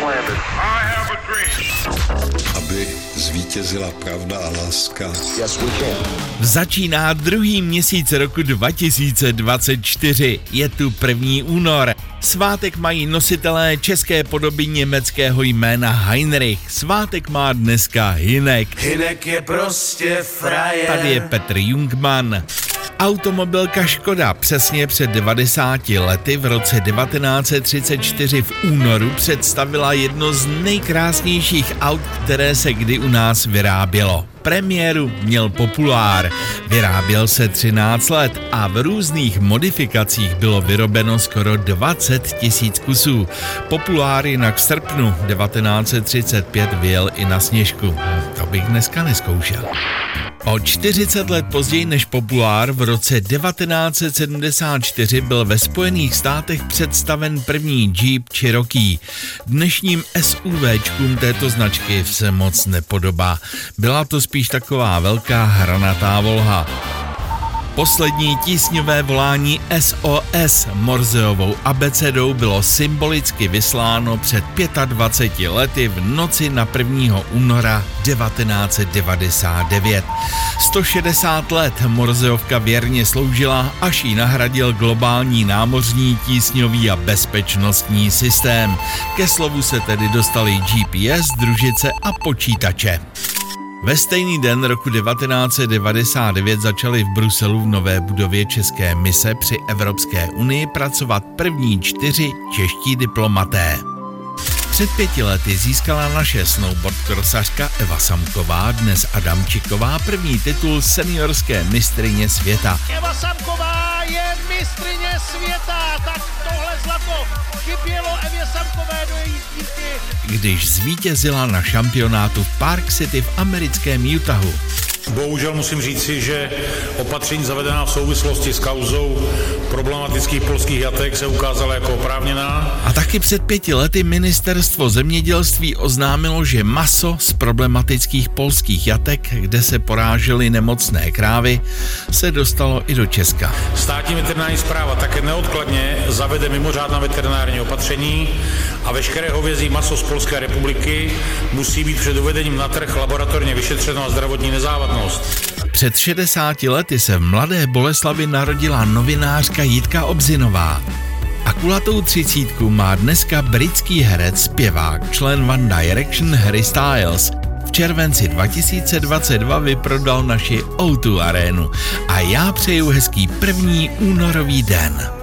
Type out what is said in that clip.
Aby zvítězila pravda a láska. Začíná druhý měsíc roku 2024. Je tu 1. únor. Svátek mají nositelé české podoby německého jména Heinrich. Svátek má dneska Hynek. Hynek je prostě frajer. Tady je Petr Jungmann. Automobilka Škoda přesně před 90 lety v roce 1934 v únoru představila jedno z nejkrásnějších aut, které se kdy u nás vyrábělo. Premiéru měl Populár. Vyráběl se 13 let a v různých modifikacích bylo vyrobeno skoro 20 000 kusů. Populár jinak v srpnu 1935 vyjel i na Sněžku. To bych dneska neskoušel. O 40 let později než Populár v roce 1974 byl ve Spojených státech představen první Jeep Cherokee. Dnešním SUVčkům této značky se moc nepodobá. Byla to spíš taková velká hranatá volha. Poslední tísňové volání SOS Morseovou abecedou bylo symbolicky vysláno před 25 lety v noci na 1. února 1999. 160 let Morseovka věrně sloužila, až ji nahradil globální námořní tísňový a bezpečnostní systém. Ke slovu se tedy dostali GPS, družice a počítače. Ve stejný den roku 1999 začali v Bruselu v nové budově české mise při Evropské unii pracovat první 4 čeští diplomaté. Před 5 lety získala naše snowboardkrosařka Eva Samková, dnes Adamčiková, první titul seniorské mistryně světa. Eva Samková je mistryně světa, tak tohle zlato chybělo Evě Samkové do její sbírky. Když zvítězila na šampionátu v Park City v americkém Utahu. Bohužel musím říci, že opatření zavedená v souvislosti s kauzou problematických polských jatek se ukázala jako oprávněná. A taky před 5 lety ministerstvo zemědělství oznámilo, že maso z problematických polských jatek, kde se porážely nemocné krávy, se dostalo i do Česka. Státní veterinární správa také neodkladně zavede mimořádná veterinární opatření a veškeré hovězí maso z Polské republiky musí být před uvedením na trh laboratorně vyšetřeno a zdravotní nezávadnost. Před 60 lety se v Mladé Boleslavi narodila novinářka Jitka Obzinová. A kulatou 30 má dneska britský herec, zpěvák, člen One Direction Harry Styles. V červenci 2022 vyprodal naši O2 arénu a já přeju hezký 1. únorový den.